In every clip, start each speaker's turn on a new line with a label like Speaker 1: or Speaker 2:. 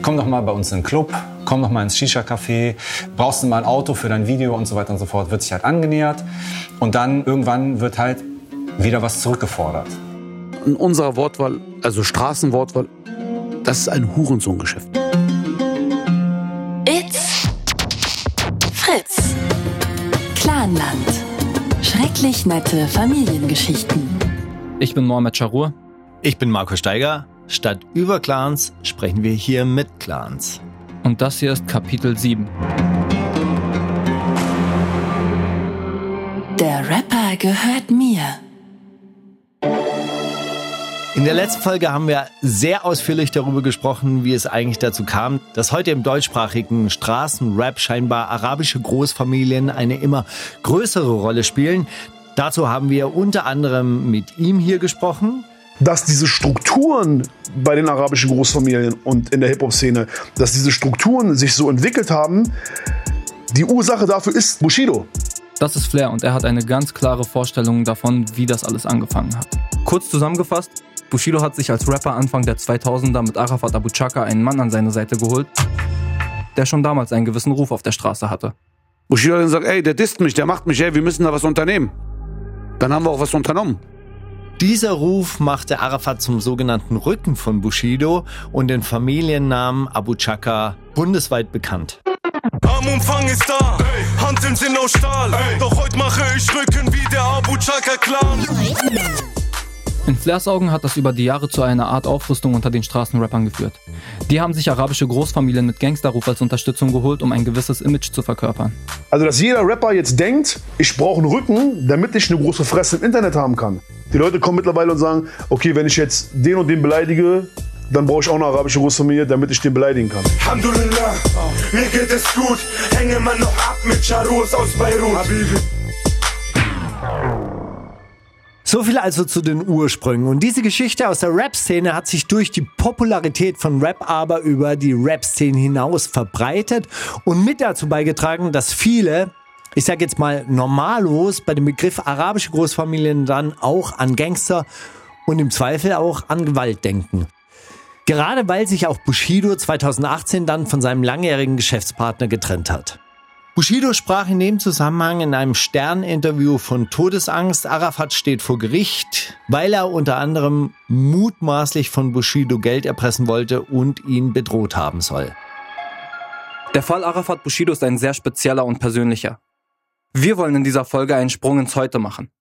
Speaker 1: komm doch mal bei uns in den Club, komm doch mal ins Shisha-Café, brauchst du mal ein Auto für dein Video und so weiter und so fort, wird sich halt angenähert und dann irgendwann wird halt wieder was zurückgefordert.
Speaker 2: In unserer Wortwahl, also Straßenwortwahl, das ist ein Hurensohngeschäft.
Speaker 3: It's Fritz. Clanland. Schrecklich nette Familiengeschichten.
Speaker 4: Ich bin Mohamed Charur.
Speaker 5: Ich bin Marco Steiger. Statt über Clans sprechen wir hier mit Clans.
Speaker 4: Und das hier ist Kapitel 7.
Speaker 3: Der Rapper gehört mir.
Speaker 5: In der letzten Folge haben wir sehr ausführlich darüber gesprochen, wie es eigentlich dazu kam, dass heute im deutschsprachigen Straßenrap scheinbar arabische Großfamilien eine immer größere Rolle spielen. Dazu haben wir unter anderem mit ihm hier gesprochen.
Speaker 6: Dass diese Strukturen bei den arabischen Großfamilien und in der Hip-Hop-Szene, dass diese Strukturen sich so entwickelt haben, die Ursache dafür ist Bushido.
Speaker 4: Das ist Flair und er hat eine ganz klare Vorstellung davon, wie das alles angefangen hat. Kurz zusammengefasst, Bushido hat sich als Rapper Anfang der 2000er mit Arafat Abu Chaka einen Mann an seine Seite geholt, der schon damals einen gewissen Ruf auf der Straße hatte.
Speaker 2: Bushido hat gesagt, ey, der disst mich, der macht mich, ey, wir müssen da was unternehmen. Dann haben wir auch was unternommen.
Speaker 5: Dieser Ruf machte Arafat zum sogenannten Rücken von Bushido und den Familiennamen Abu Chaka bundesweit bekannt.
Speaker 7: Am Umfang ist da, Hanteln sind aus Stahl, doch heute mache ich Rücken wie der Abu Chaka Clan.
Speaker 4: In Flairs Augen hat das über die Jahre zu einer Art Aufrüstung unter den Straßenrappern geführt. Die haben sich arabische Großfamilien mit Gangsterruf als Unterstützung geholt, um ein gewisses Image zu verkörpern.
Speaker 6: Also dass jeder Rapper jetzt denkt, ich brauche einen Rücken, damit ich eine große Fresse im Internet haben kann. Die Leute kommen mittlerweile und sagen, okay, wenn ich jetzt den und den beleidige, dann brauche ich auch eine arabische Großfamilie, damit ich den beleidigen kann.
Speaker 7: Alhamdulillah, mir geht es gut, hänge man noch ab mit Charus aus Beirut. Habibi.
Speaker 5: So viel also zu den Ursprüngen. Und diese Geschichte aus der Rap-Szene hat sich durch die Popularität von Rap aber über die Rap-Szene hinaus verbreitet und mit dazu beigetragen, dass viele, ich sag jetzt mal Normalos, bei dem Begriff arabische Großfamilien dann auch an Gangster und im Zweifel auch an Gewalt denken. Gerade weil sich auch Bushido 2018 dann von seinem langjährigen Geschäftspartner getrennt hat. Bushido sprach in dem Zusammenhang in einem Stern-Interview von Todesangst. Arafat steht vor Gericht, weil er unter anderem mutmaßlich von Bushido Geld erpressen wollte und ihn bedroht haben soll.
Speaker 4: Der Fall Arafat Bushido ist ein sehr spezieller und persönlicher. Wir wollen in dieser Folge einen Sprung ins Heute machen.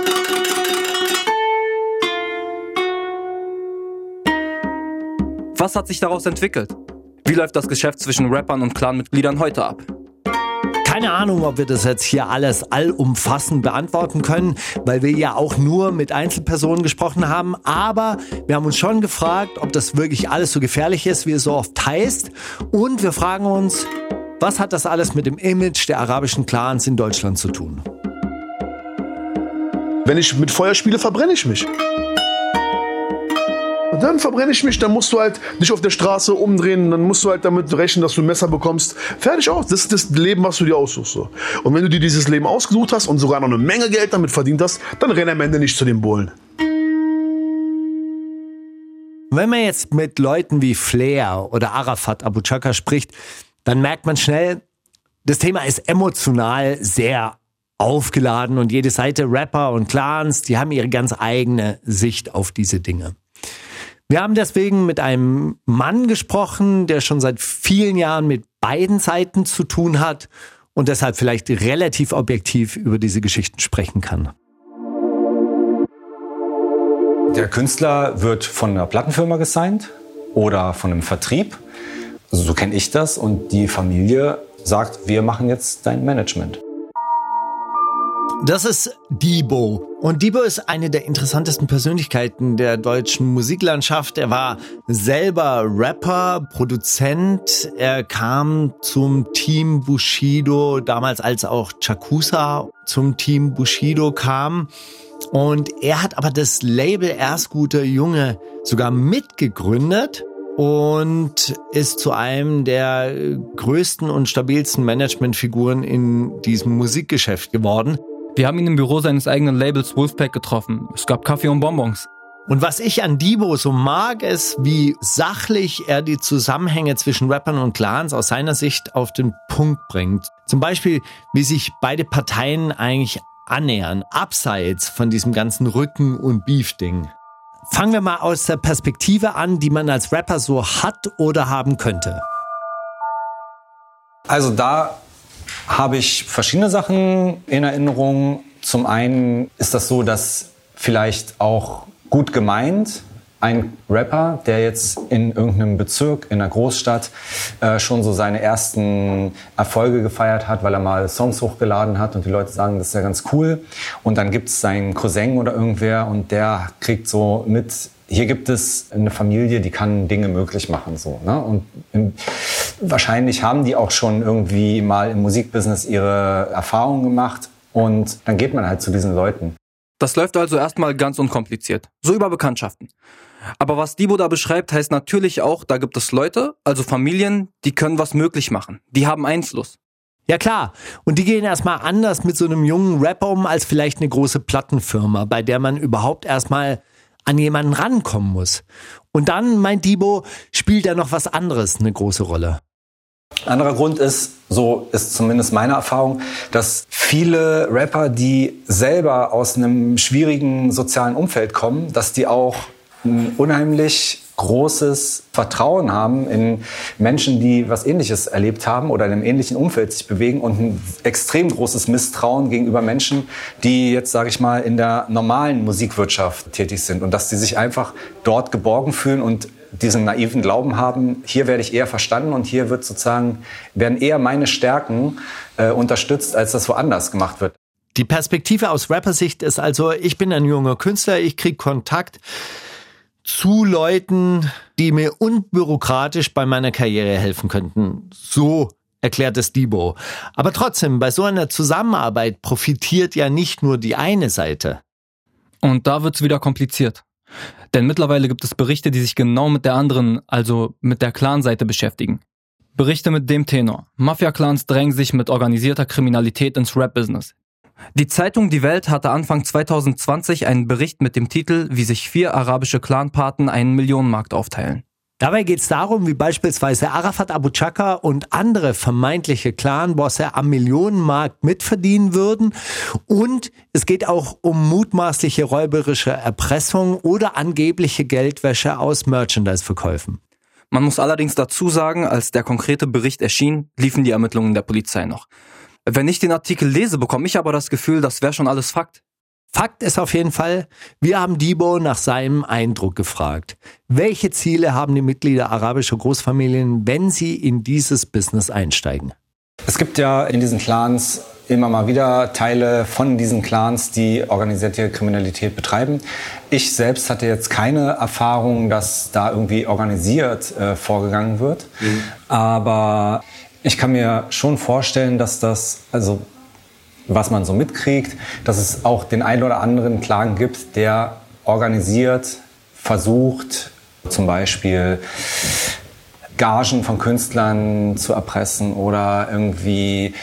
Speaker 4: Was hat sich daraus entwickelt? Wie läuft das Geschäft zwischen Rappern und Clanmitgliedern heute ab?
Speaker 5: Keine Ahnung, ob wir das jetzt hier alles allumfassend beantworten können, weil wir ja auch nur mit Einzelpersonen gesprochen haben. Aber wir haben uns schon gefragt, ob das wirklich alles so gefährlich ist, wie es so oft heißt. Und wir fragen uns, was hat das alles mit dem Image der arabischen Clans in Deutschland zu tun?
Speaker 6: Wenn ich mit Feuer spiele, verbrenne ich mich. Und dann verbrenne ich mich, dann musst du halt dich auf der Straße umdrehen, dann musst du halt damit rechnen, dass du ein Messer bekommst. Fertig aus. Das ist das Leben, was du dir aussuchst. So. Und wenn du dir dieses Leben ausgesucht hast und sogar noch eine Menge Geld damit verdient hast, dann renn am Ende nicht zu den Bullen.
Speaker 5: Wenn man jetzt mit Leuten wie Flair oder Arafat Abu Chaka spricht, dann merkt man schnell, das Thema ist emotional sehr aufgeladen und jede Seite, Rapper und Clans, die haben ihre ganz eigene Sicht auf diese Dinge. Wir haben deswegen mit einem Mann gesprochen, der schon seit vielen Jahren mit beiden Seiten zu tun hat und deshalb vielleicht relativ objektiv über diese Geschichten sprechen kann.
Speaker 1: Der Künstler wird von einer Plattenfirma gesigned oder von einem Vertrieb. Also so kenne ich das. Und die Familie sagt, wir machen jetzt dein Management.
Speaker 5: Das ist Debo. Und Debo ist eine der interessantesten Persönlichkeiten der deutschen Musiklandschaft. Er war selber Rapper, Produzent. Er kam zum Team Bushido, damals als auch Chakusa zum Team Bushido kam. Und er hat aber das Label Erst Guter Junge sogar mitgegründet und ist zu einem der größten und stabilsten Managementfiguren in diesem Musikgeschäft geworden.
Speaker 4: Wir haben ihn im Büro seines eigenen Labels Wolfpack getroffen. Es gab Kaffee und Bonbons.
Speaker 5: Und was ich an Debo so mag, ist, wie sachlich er die Zusammenhänge zwischen Rappern und Clans aus seiner Sicht auf den Punkt bringt. Zum Beispiel, wie sich beide Parteien eigentlich annähern, abseits von diesem ganzen Rücken- und Beef-Ding. Fangen wir mal aus der Perspektive an, die man als Rapper so hat oder haben könnte.
Speaker 1: Also da habe ich verschiedene Sachen in Erinnerung. Zum einen ist das so, dass vielleicht auch gut gemeint ein Rapper, der jetzt in irgendeinem Bezirk, in einer Großstadt schon so seine ersten Erfolge gefeiert hat, weil er mal Songs hochgeladen hat und die Leute sagen, das ist ja ganz cool. Und dann gibt es seinen Cousin oder irgendwer und der kriegt so mit, hier gibt es eine Familie, die kann Dinge möglich machen. So, ne? Und wahrscheinlich haben die auch schon irgendwie mal im Musikbusiness ihre Erfahrungen gemacht und dann geht man halt zu diesen Leuten.
Speaker 4: Das läuft also erstmal ganz unkompliziert, so über Bekanntschaften. Aber was Debo da beschreibt, heißt natürlich auch, da gibt es Leute, also Familien, die können was möglich machen. Die haben Einfluss.
Speaker 5: Ja klar, und die gehen erstmal anders mit so einem jungen Rapper um als vielleicht eine große Plattenfirma, bei der man überhaupt erstmal an jemanden rankommen muss. Und dann, meint Debo, spielt da noch was anderes eine große Rolle.
Speaker 1: Anderer Grund ist, so ist zumindest meine Erfahrung, dass viele Rapper, die selber aus einem schwierigen sozialen Umfeld kommen, dass die auch ein unheimlich großes Vertrauen haben in Menschen, die was Ähnliches erlebt haben oder in einem ähnlichen Umfeld sich bewegen und ein extrem großes Misstrauen gegenüber Menschen, die jetzt, sage ich mal, in der normalen Musikwirtschaft tätig sind und dass die sich einfach dort geborgen fühlen und diesen naiven Glauben haben, hier werde ich eher verstanden und hier werden eher meine Stärken unterstützt, als das woanders gemacht wird.
Speaker 5: Die Perspektive aus Rappersicht ist also, ich bin ein junger Künstler, ich kriege Kontakt zu Leuten, die mir unbürokratisch bei meiner Karriere helfen könnten. So erklärt es Debo. Aber trotzdem, bei so einer Zusammenarbeit profitiert ja nicht nur die eine Seite.
Speaker 4: Und da wird's wieder kompliziert. Denn mittlerweile gibt es Berichte, die sich genau mit der anderen, also mit der Clan-Seite beschäftigen. Berichte mit dem Tenor. Mafia-Clans drängen sich mit organisierter Kriminalität ins Rap-Business. Die Zeitung Die Welt hatte Anfang 2020 einen Bericht mit dem Titel, wie sich 4 arabische Clanpaten einen Millionenmarkt aufteilen.
Speaker 5: Dabei geht es darum, wie beispielsweise Arafat Abu Chaka und andere vermeintliche Clanbosse am Millionenmarkt mitverdienen würden. Und es geht auch um mutmaßliche räuberische Erpressung oder angebliche Geldwäsche aus Merchandise-Verkäufen.
Speaker 4: Man muss allerdings dazu sagen, als der konkrete Bericht erschien, liefen die Ermittlungen der Polizei noch. Wenn ich den Artikel lese, bekomme ich aber das Gefühl, das wäre schon alles Fakt.
Speaker 5: Fakt ist auf jeden Fall, wir haben Debo nach seinem Eindruck gefragt. Welche Ziele haben die Mitglieder arabischer Großfamilien, wenn sie in dieses Business einsteigen?
Speaker 1: Es gibt ja in diesen Clans immer mal wieder Teile von diesen Clans, die organisierte Kriminalität betreiben. Ich selbst hatte jetzt keine Erfahrung, dass da irgendwie organisiert vorgegangen wird. Aber ich kann mir schon vorstellen, dass das, also was man so mitkriegt, dass es auch den einen oder anderen Clan gibt, der organisiert versucht, zum Beispiel Gagen von Künstlern zu erpressen oder irgendwie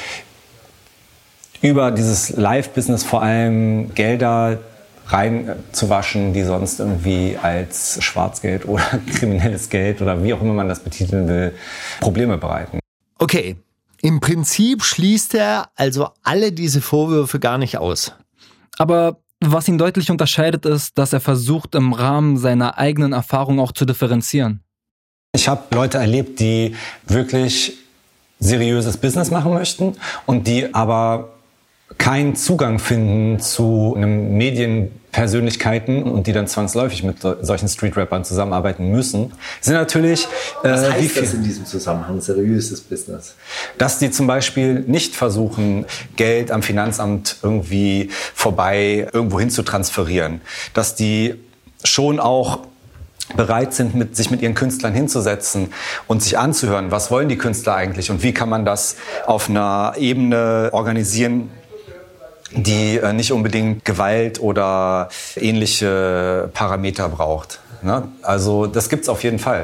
Speaker 1: über dieses Live-Business vor allem Gelder reinzuwaschen, die sonst irgendwie als Schwarzgeld oder kriminelles Geld oder wie auch immer man das betiteln will, Probleme bereiten.
Speaker 5: Okay. Im Prinzip schließt er also alle diese Vorwürfe gar nicht aus.
Speaker 4: Aber was ihn deutlich unterscheidet, ist, dass er versucht, im Rahmen seiner eigenen Erfahrung auch zu differenzieren.
Speaker 1: Ich habe Leute erlebt, die wirklich seriöses Business machen möchten und die aber keinen Zugang finden zu einem Medienpersönlichkeiten und die dann zwangsläufig mit solchen Street-Rappern zusammenarbeiten müssen, sind natürlich...
Speaker 5: Was heißt das in diesem Zusammenhang, seriöses Business?
Speaker 1: Dass die zum Beispiel nicht versuchen, Geld am Finanzamt irgendwie vorbei irgendwo hin zu transferieren. Dass die schon auch bereit sind, sich mit ihren Künstlern hinzusetzen und sich anzuhören, was wollen die Künstler eigentlich und wie kann man das auf einer Ebene organisieren, die nicht unbedingt Gewalt oder ähnliche Parameter braucht. Ne? Also das gibt's auf jeden Fall.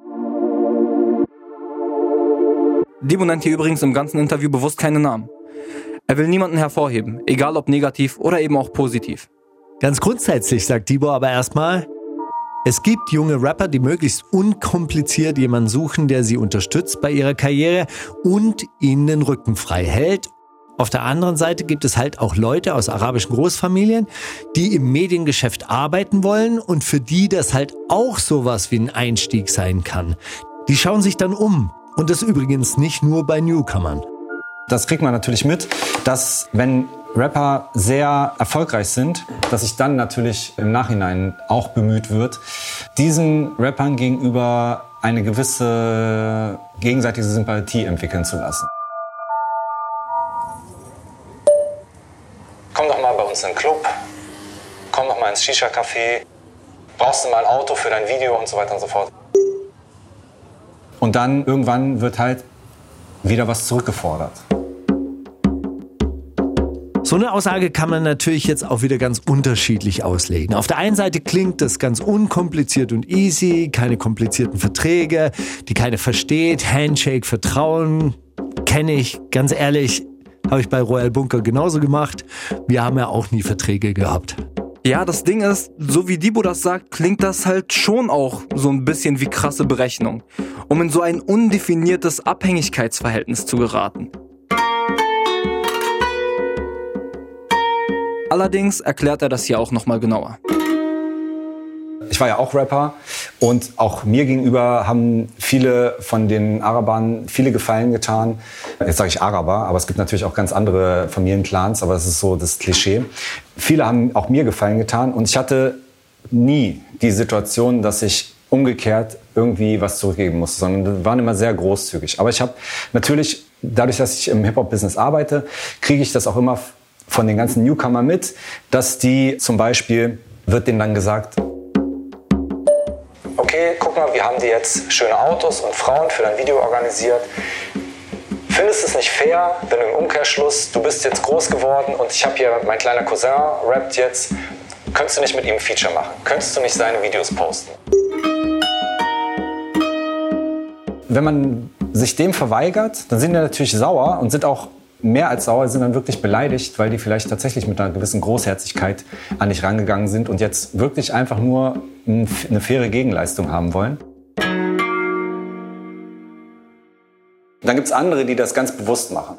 Speaker 4: Debo nennt hier übrigens im ganzen Interview bewusst keine Namen. Er will niemanden hervorheben, egal ob negativ oder eben auch positiv.
Speaker 5: Ganz grundsätzlich sagt Debo aber erstmal, Es gibt junge Rapper, die möglichst unkompliziert jemanden suchen, der sie unterstützt bei ihrer Karriere und ihnen den Rücken frei hält. Auf der anderen Seite gibt es halt auch Leute aus arabischen Großfamilien, die im Mediengeschäft arbeiten wollen und für die das halt auch sowas wie ein Einstieg sein kann. Die schauen sich dann um. Und das übrigens nicht nur bei Newcomern.
Speaker 1: Das kriegt man natürlich mit, dass wenn Rapper sehr erfolgreich sind, dass sich dann natürlich im Nachhinein auch bemüht wird, diesen Rappern gegenüber eine gewisse gegenseitige Sympathie entwickeln zu lassen. Komm doch mal bei uns in den Club, komm doch mal ins Shisha-Café, brauchst du mal ein Auto für dein Video und so weiter und so fort. Und dann irgendwann wird halt wieder was zurückgefordert.
Speaker 5: So eine Aussage kann man natürlich jetzt auch wieder ganz unterschiedlich auslegen. Auf der einen Seite klingt das ganz unkompliziert und easy, keine komplizierten Verträge, die keiner versteht, Handshake, Vertrauen, kenne ich, ganz ehrlich, habe ich bei Royal Bunker genauso gemacht. Wir haben ja auch nie Verträge gehabt.
Speaker 4: Ja, das Ding ist, so wie Debo das sagt, klingt das halt schon auch so ein bisschen wie krasse Berechnung, um in so ein undefiniertes Abhängigkeitsverhältnis zu geraten. Allerdings erklärt er das hier auch nochmal genauer.
Speaker 1: Ich war ja auch Rapper und auch mir gegenüber haben viele von den Arabern viele Gefallen getan. Jetzt sage ich Araber, aber es gibt natürlich auch ganz andere Familienclans, aber das ist so das Klischee. Viele haben auch mir Gefallen getan und ich hatte nie die Situation, dass ich umgekehrt irgendwie was zurückgeben musste, sondern wir waren immer sehr großzügig. Aber ich habe natürlich, dadurch, dass ich im Hip-Hop-Business arbeite, kriege ich das auch immer von den ganzen Newcomer mit, dass die zum Beispiel, wird denen dann gesagt, okay, guck mal, wir haben dir jetzt schöne Autos und Frauen für dein Video organisiert. Findest du es nicht fair, wenn du im Umkehrschluss, du bist jetzt groß geworden und ich habe hier, mein kleiner Cousin rappt jetzt, könntest du nicht mit ihm ein Feature machen? Könntest du nicht seine Videos posten? Wenn man sich dem verweigert, dann sind die natürlich sauer und sind auch mehr als sauer, sind dann wirklich beleidigt, weil die vielleicht tatsächlich mit einer gewissen Großherzigkeit an dich rangegangen sind und jetzt wirklich einfach nur eine faire Gegenleistung haben wollen. Dann gibt es andere, die das ganz bewusst machen.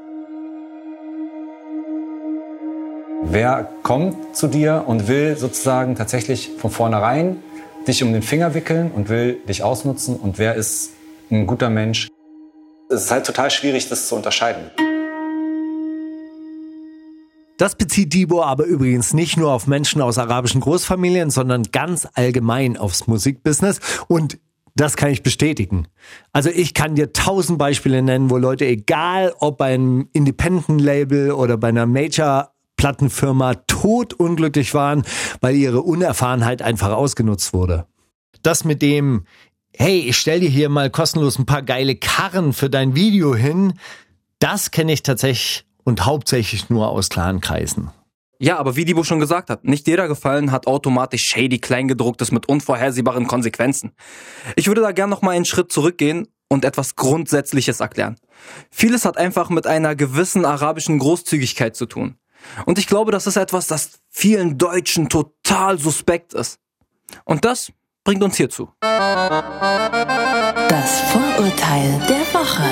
Speaker 1: Wer kommt zu dir und will sozusagen tatsächlich von vornherein dich um den Finger wickeln und will dich ausnutzen und wer ist ein guter Mensch? Es ist halt total schwierig, das zu unterscheiden.
Speaker 5: Das bezieht Debo aber übrigens nicht nur auf Menschen aus arabischen Großfamilien, sondern ganz allgemein aufs Musikbusiness. Und das kann ich bestätigen. Also ich kann dir 1000 Beispiele nennen, wo Leute, egal ob bei einem Independent-Label oder bei einer Major-Plattenfirma, todunglücklich waren, weil ihre Unerfahrenheit einfach ausgenutzt wurde. Das mit dem, hey, ich stell dir hier mal kostenlos ein paar geile Karren für dein Video hin, das kenne ich tatsächlich und hauptsächlich nur aus klaren Kreisen.
Speaker 4: Ja, aber wie Debo schon gesagt hat, nicht jeder Gefallen hat automatisch shady Kleingedrucktes mit unvorhersehbaren Konsequenzen. Ich würde da gern noch mal einen Schritt zurückgehen und etwas Grundsätzliches erklären. Vieles hat einfach mit einer gewissen arabischen Großzügigkeit zu tun. Und ich glaube, das ist etwas, das vielen Deutschen total suspekt ist. Und das bringt uns hierzu.
Speaker 3: Das Vorurteil der Woche.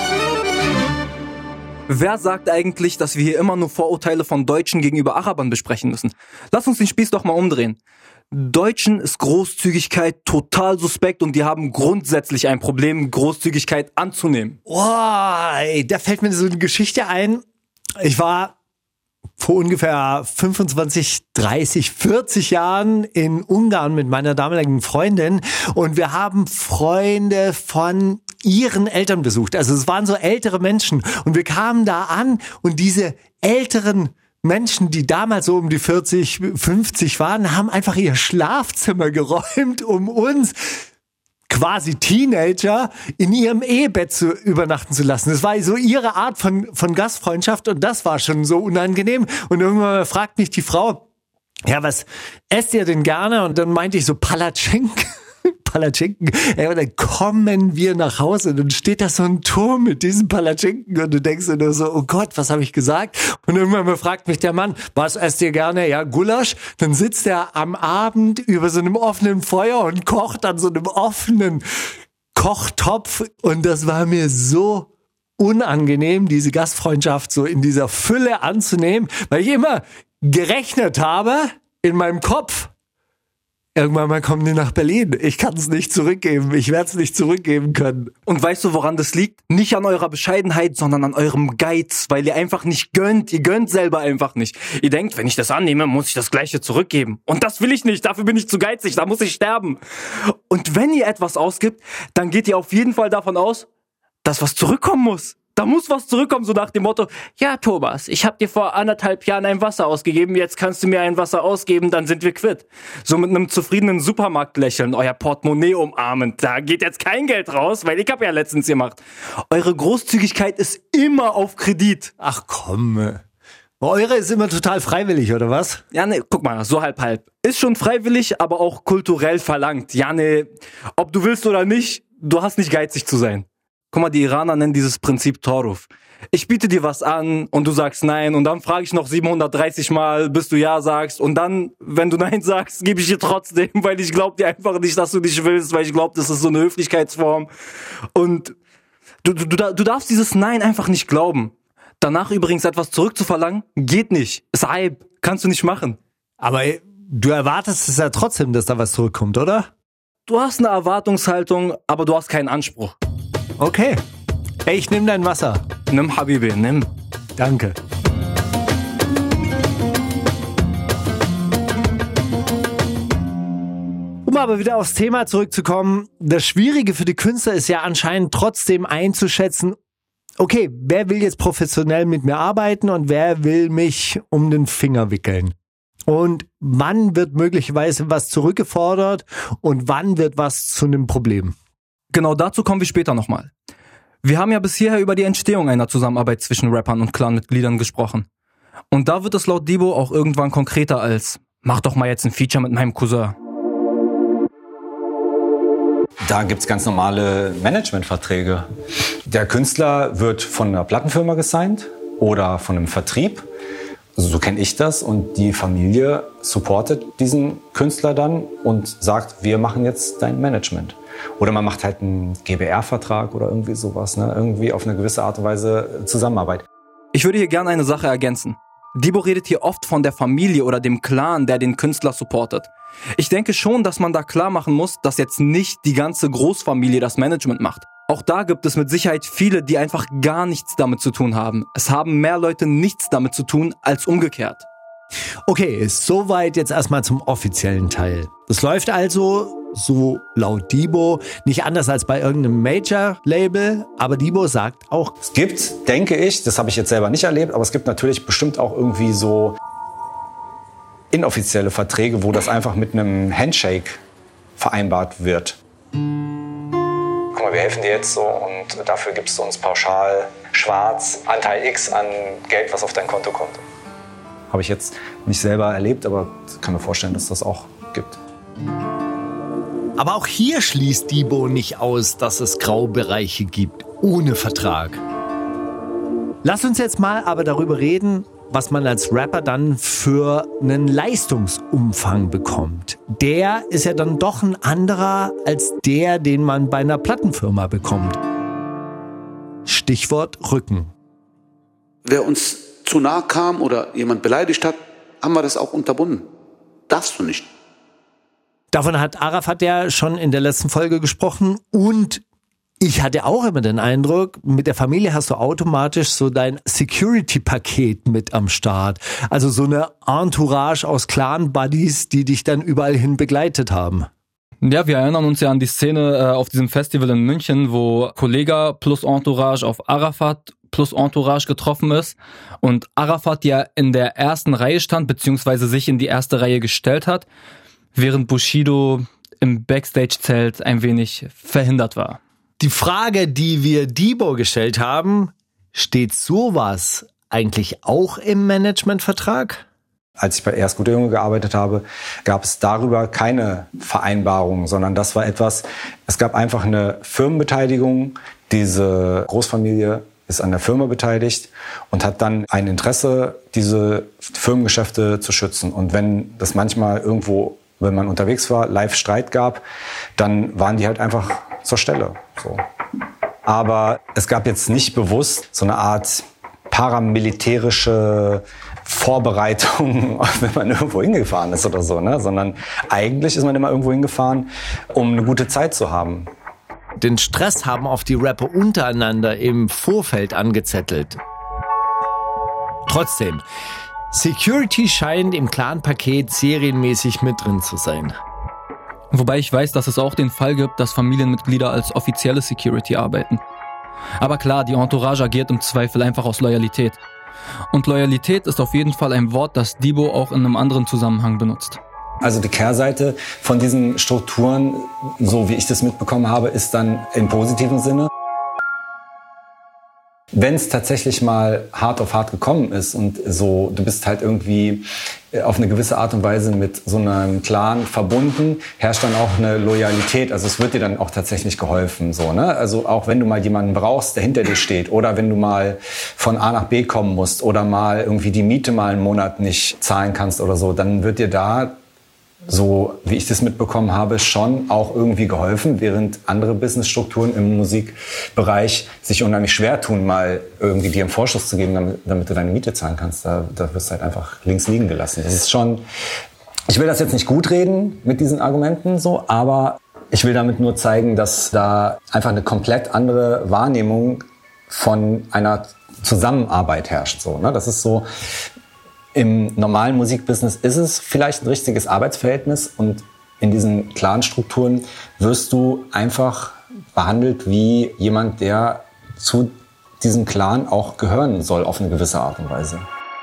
Speaker 4: Wer sagt eigentlich, dass wir hier immer nur Vorurteile von Deutschen gegenüber Arabern besprechen müssen? Lass uns den Spieß doch mal umdrehen. Deutschen ist Großzügigkeit total suspekt und die haben grundsätzlich ein Problem, Großzügigkeit anzunehmen.
Speaker 5: Boah, ey, da fällt mir so eine Geschichte ein. Ich war vor ungefähr 25, 30, 40 Jahren in Ungarn mit meiner damaligen Freundin und wir haben Freunde von ihren Eltern besucht. Also es waren so ältere Menschen und wir kamen da an und diese älteren Menschen, die damals so um die 40, 50 waren, haben einfach ihr Schlafzimmer geräumt, um uns quasi Teenager in ihrem Ehebett zu übernachten zu lassen. Das war so ihre Art von Gastfreundschaft und das war schon so unangenehm. Und irgendwann fragt mich die Frau, ja, was esst ihr denn gerne? Und dann meinte ich so Palatschinken. Palatschinken. Ey, und dann kommen wir nach Hause und dann steht da so ein Turm mit diesen Palatschinken und du denkst dir nur so, oh Gott, was habe ich gesagt? Und irgendwann fragt mich der Mann, was esst ihr gerne? Ja, Gulasch. Dann sitzt er am Abend über so einem offenen Feuer und kocht an so einem offenen Kochtopf und das war mir so unangenehm, diese Gastfreundschaft so in dieser Fülle anzunehmen, weil ich immer gerechnet habe in meinem Kopf, irgendwann mal kommen die nach Berlin. Ich kann es nicht zurückgeben. Ich werde es nicht zurückgeben können.
Speaker 4: Und weißt du, woran das liegt? Nicht an eurer Bescheidenheit, sondern an eurem Geiz, weil ihr einfach nicht gönnt. Ihr gönnt selber einfach nicht. Ihr denkt, wenn ich das annehme, muss ich das Gleiche zurückgeben. Und das will ich nicht. Dafür bin ich zu geizig. Da muss ich sterben. Und wenn ihr etwas ausgibt, dann geht ihr auf jeden Fall davon aus, dass was zurückkommen muss. Da muss was zurückkommen, so nach dem Motto, ja Thomas, ich habe dir vor 1,5 Jahren ein Wasser ausgegeben, jetzt kannst du mir ein Wasser ausgeben, dann sind wir quitt. So mit einem zufriedenen Supermarktlächeln, euer Portemonnaie umarmend, da geht jetzt kein Geld raus, weil ich habe ja letztens gemacht. Eure Großzügigkeit ist immer auf Kredit.
Speaker 5: Ach komm, eure ist immer total freiwillig, oder was?
Speaker 4: Ja, ne, guck mal, so halb. Ist schon freiwillig, aber auch kulturell verlangt. Ja, ne, ob du willst oder nicht, du hast nicht geizig zu sein. Guck mal, die Iraner nennen dieses Prinzip Toruf. Ich biete dir was an und du sagst nein und dann frage ich noch 730 Mal, bis du ja sagst und dann, wenn du nein sagst, gebe ich dir trotzdem, weil ich glaube dir einfach nicht, dass du nicht willst, weil ich glaube, das ist so eine Höflichkeitsform und du darfst dieses Nein einfach nicht glauben. Danach übrigens etwas zurückzuverlangen, geht nicht. Ist Hype, kannst du nicht machen.
Speaker 5: Aber du erwartest es ja trotzdem, dass da was zurückkommt, oder?
Speaker 4: Du hast eine Erwartungshaltung, aber du hast keinen Anspruch.
Speaker 5: Okay. Ey, ich nehme dein Wasser.
Speaker 4: Nimm, Habibi, nimm.
Speaker 5: Danke. Um aber wieder aufs Thema zurückzukommen, das Schwierige für die Künstler ist ja anscheinend trotzdem einzuschätzen, okay, wer will jetzt professionell mit mir arbeiten und wer will mich um den Finger wickeln? Und wann wird möglicherweise was zurückgefordert und wann wird was zu einem Problem?
Speaker 4: Genau dazu kommen wir später nochmal. Wir haben ja bis hierher über die Entstehung einer Zusammenarbeit zwischen Rappern und Clanmitgliedern gesprochen. Und da wird es laut Debo auch irgendwann konkreter als, mach doch mal jetzt ein Feature mit meinem Cousin.
Speaker 1: Da gibt's ganz normale Managementverträge. Der Künstler wird von einer Plattenfirma gesigned oder von einem Vertrieb. Also so kenne ich das. Und die Familie supportet diesen Künstler dann und sagt, wir machen jetzt dein Management. Oder man macht halt einen GBR-Vertrag oder irgendwie sowas, ne? Irgendwie auf eine gewisse Art und Weise Zusammenarbeit.
Speaker 4: Ich würde hier gerne eine Sache ergänzen. Debo redet hier oft von der Familie oder dem Clan, der den Künstler supportet. Ich denke schon, dass man da klar machen muss, dass jetzt nicht die ganze Großfamilie das Management macht. Auch da gibt es mit Sicherheit viele, die einfach gar nichts damit zu tun haben. Es haben mehr Leute nichts damit zu tun als umgekehrt.
Speaker 5: Okay, soweit jetzt erstmal zum offiziellen Teil. Das läuft also, so laut Debo, nicht anders als bei irgendeinem Major-Label, aber Debo sagt auch,
Speaker 1: es gibt, denke ich, das habe ich jetzt selber nicht erlebt, aber es gibt natürlich bestimmt auch irgendwie so inoffizielle Verträge, wo das einfach mit einem Handshake vereinbart wird. Guck mal, wir helfen dir jetzt so und dafür gibst du uns pauschal schwarz Anteil X an Geld, was auf dein Konto kommt. Habe ich jetzt nicht selber erlebt, aber kann mir vorstellen, dass das auch gibt.
Speaker 5: Aber auch hier schließt Debo nicht aus, dass es Graubereiche gibt, ohne Vertrag. Lass uns jetzt mal aber darüber reden, was man als Rapper dann für einen Leistungsumfang bekommt. Der ist ja dann doch ein anderer als der, den man bei einer Plattenfirma bekommt. Stichwort Rücken.
Speaker 2: Wer uns zu nahe kam oder jemand beleidigt hat, haben wir das auch unterbunden. Darfst du nicht.
Speaker 5: Davon hat Arafat ja schon in der letzten Folge gesprochen und ich hatte auch immer den Eindruck, mit der Familie hast du automatisch so dein Security-Paket mit am Start. Also so eine Entourage aus Clan-Buddies, die dich dann überall hin begleitet haben.
Speaker 4: Ja, wir erinnern uns ja an die Szene auf diesem Festival in München, wo Kollega plus Entourage auf Arafat plus Entourage getroffen ist und Arafat ja in der ersten Reihe stand, beziehungsweise sich in die erste Reihe gestellt hat, während Bushido im Backstage-Zelt ein wenig verhindert war.
Speaker 5: Die Frage, die wir Debo gestellt haben, steht sowas eigentlich auch im Managementvertrag?
Speaker 1: als ich bei Erst Guter Junge gearbeitet habe, gab es darüber keine Vereinbarung, sondern das war etwas, es gab einfach eine Firmenbeteiligung. Diese Großfamilie ist an der Firma beteiligt und hat dann ein Interesse, diese Firmengeschäfte zu schützen. Und wenn das manchmal irgendwo, wenn man unterwegs war, live Streit gab, dann waren die halt einfach zur Stelle. So. Aber es gab jetzt nicht bewusst so eine Art paramilitärische Vorbereitung, wenn man irgendwo hingefahren ist oder so, ne? Sondern eigentlich ist man immer irgendwo hingefahren, um eine gute Zeit zu haben.
Speaker 5: Den Stress haben auf die Rapper untereinander im Vorfeld angezettelt. Trotzdem, Security scheint im Clan-Paket serienmäßig mit drin zu sein.
Speaker 4: Wobei ich weiß, dass es auch den Fall gibt, dass Familienmitglieder als offizielle Security arbeiten. Aber klar, die Entourage agiert im Zweifel einfach aus Loyalität. Und Loyalität ist auf jeden Fall ein Wort, das Debo auch in einem anderen Zusammenhang benutzt.
Speaker 1: Also die Kehrseite von diesen Strukturen, so wie ich das mitbekommen habe, ist dann im positiven Sinne. Wenn es tatsächlich mal hart auf hart gekommen ist und so, du bist halt irgendwie auf eine gewisse Art und Weise mit so einem Clan verbunden, herrscht dann auch eine Loyalität. Also es wird dir dann auch tatsächlich geholfen, so, ne? Also auch wenn du mal jemanden brauchst, der hinter dir steht, oder wenn du mal von A nach B kommen musst oder mal irgendwie die Miete mal einen Monat nicht zahlen kannst oder so, dann wird dir da, so wie ich das mitbekommen habe, schon auch irgendwie geholfen, während andere Businessstrukturen im Musikbereich sich unheimlich schwer tun, mal irgendwie dir einen Vorschuss zu geben, damit du deine Miete zahlen kannst. Da wirst du halt einfach links liegen gelassen. Das ist schon, ich will das jetzt nicht gut reden mit diesen Argumenten so, aber ich will damit nur zeigen, dass da einfach eine komplett andere Wahrnehmung von einer Zusammenarbeit herrscht. So, ne? Das ist so, im normalen Musikbusiness ist es vielleicht ein richtiges Arbeitsverhältnis und in diesen Clan-Strukturen wirst du einfach behandelt wie jemand, der zu diesem Clan auch gehören soll auf eine gewisse Art und Weise.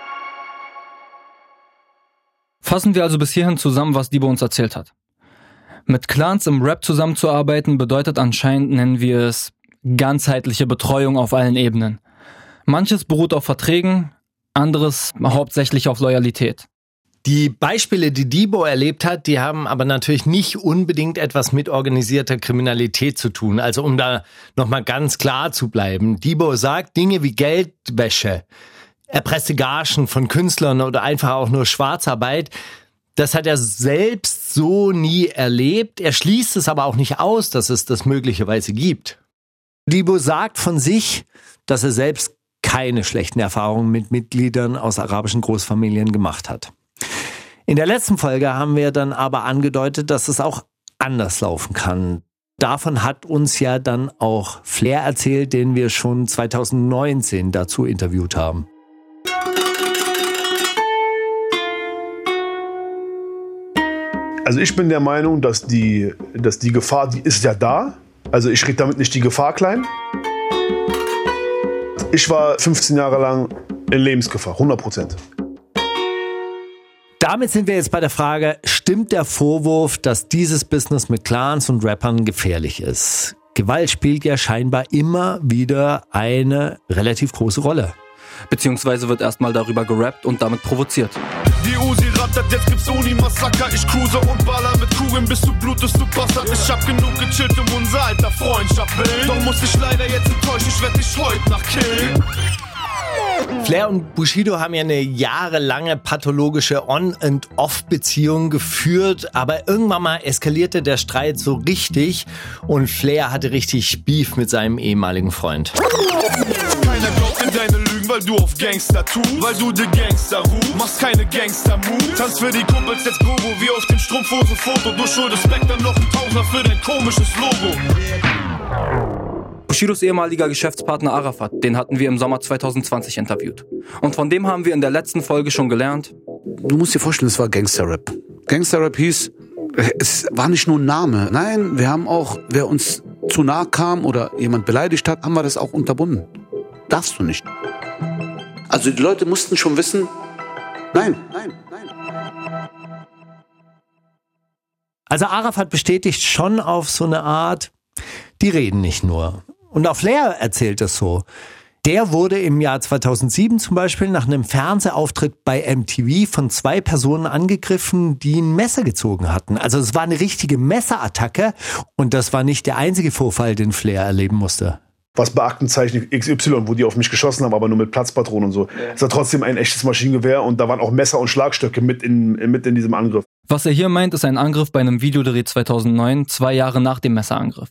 Speaker 4: Fassen wir also bis hierhin zusammen, was Debo uns erzählt hat. Mit Clans im Rap zusammenzuarbeiten bedeutet anscheinend, nennen wir es, ganzheitliche Betreuung auf allen Ebenen. Manches beruht auf Verträgen, anderes hauptsächlich auf Loyalität.
Speaker 5: Die Beispiele, die Debo erlebt hat, die haben aber natürlich nicht unbedingt etwas mit organisierter Kriminalität zu tun. Also um da nochmal ganz klar zu bleiben. Debo sagt, Dinge wie Geldwäsche, erpresste Gagen von Künstlern oder einfach auch nur Schwarzarbeit, das hat er selbst so nie erlebt. Er schließt es aber auch nicht aus, dass es das möglicherweise gibt. Debo sagt von sich, dass er selbst keine schlechten Erfahrungen mit Mitgliedern aus arabischen Großfamilien gemacht hat. In der letzten Folge haben wir dann aber angedeutet, dass es auch anders laufen kann. Davon hat uns ja dann auch Flair erzählt, den wir schon 2019 dazu interviewt haben.
Speaker 6: Also ich bin der Meinung, dass die Gefahr, die ist ja da. Also ich rede damit nicht die Gefahr klein. Ich war 15 Jahre lang in Lebensgefahr, 100%.
Speaker 5: Damit sind wir jetzt bei der Frage, stimmt der Vorwurf, dass dieses Business mit Clans und Rappern gefährlich ist? Gewalt spielt ja scheinbar immer wieder eine relativ große Rolle.
Speaker 4: Beziehungsweise wird erstmal darüber gerappt und damit provoziert.
Speaker 7: Die Uzi rattert, jetzt gibt's Uni-Massaker. Ich cruise und baller mit Kugeln, bis du blutest, du Bastard. Ich hab genug gechillt um unser alter Freundschaft willen. Doch muss ich leider jetzt enttäuschen, ich werd dich heute noch killen.
Speaker 5: Flair und Bushido haben ja eine jahrelange pathologische On- und Off-Beziehung geführt, aber irgendwann mal eskalierte der Streit so richtig und Flair hatte richtig Beef mit seinem ehemaligen Freund.
Speaker 7: Keiner glaubt in deine Lügen, weil du auf Gangster tust, weil du den Gangster rufst, machst keine Gangster-Moves. Tanz für die Kumpels jetzt Gogo, wie auf dem Strumpfhose-Foto. Du schuldest Spectre noch einen Tausender für dein komisches Logo.
Speaker 4: Bushidos ehemaliger Geschäftspartner Arafat, den hatten wir im Sommer 2020 interviewt. Und von dem haben wir in der letzten Folge schon gelernt.
Speaker 2: Du musst dir vorstellen, es war Gangster-Rap. Gangster-Rap hieß, es war nicht nur ein Name. Nein, wir haben auch, wer uns zu nahe kam oder jemand beleidigt hat, haben wir das auch unterbunden. Darfst du nicht. Also die Leute mussten schon wissen, nein.
Speaker 5: Also Arafat bestätigt schon auf so eine Art, die reden nicht nur. Und auch Flair erzählt es so. Der wurde im Jahr 2007 zum Beispiel nach einem Fernsehauftritt bei MTV von 2 Personen angegriffen, die ein Messer gezogen hatten. Also es war eine richtige Messerattacke und das war nicht der einzige Vorfall, den Flair erleben musste.
Speaker 6: Was bei Aktenzeichen XY, wo die auf mich geschossen haben, aber nur mit Platzpatronen und so. Es war trotzdem ein echtes Maschinengewehr und da waren auch Messer und Schlagstöcke mit in diesem Angriff.
Speaker 4: Was er hier meint, ist ein Angriff bei einem Videodreh 2009, 2 Jahre nach dem Messerangriff.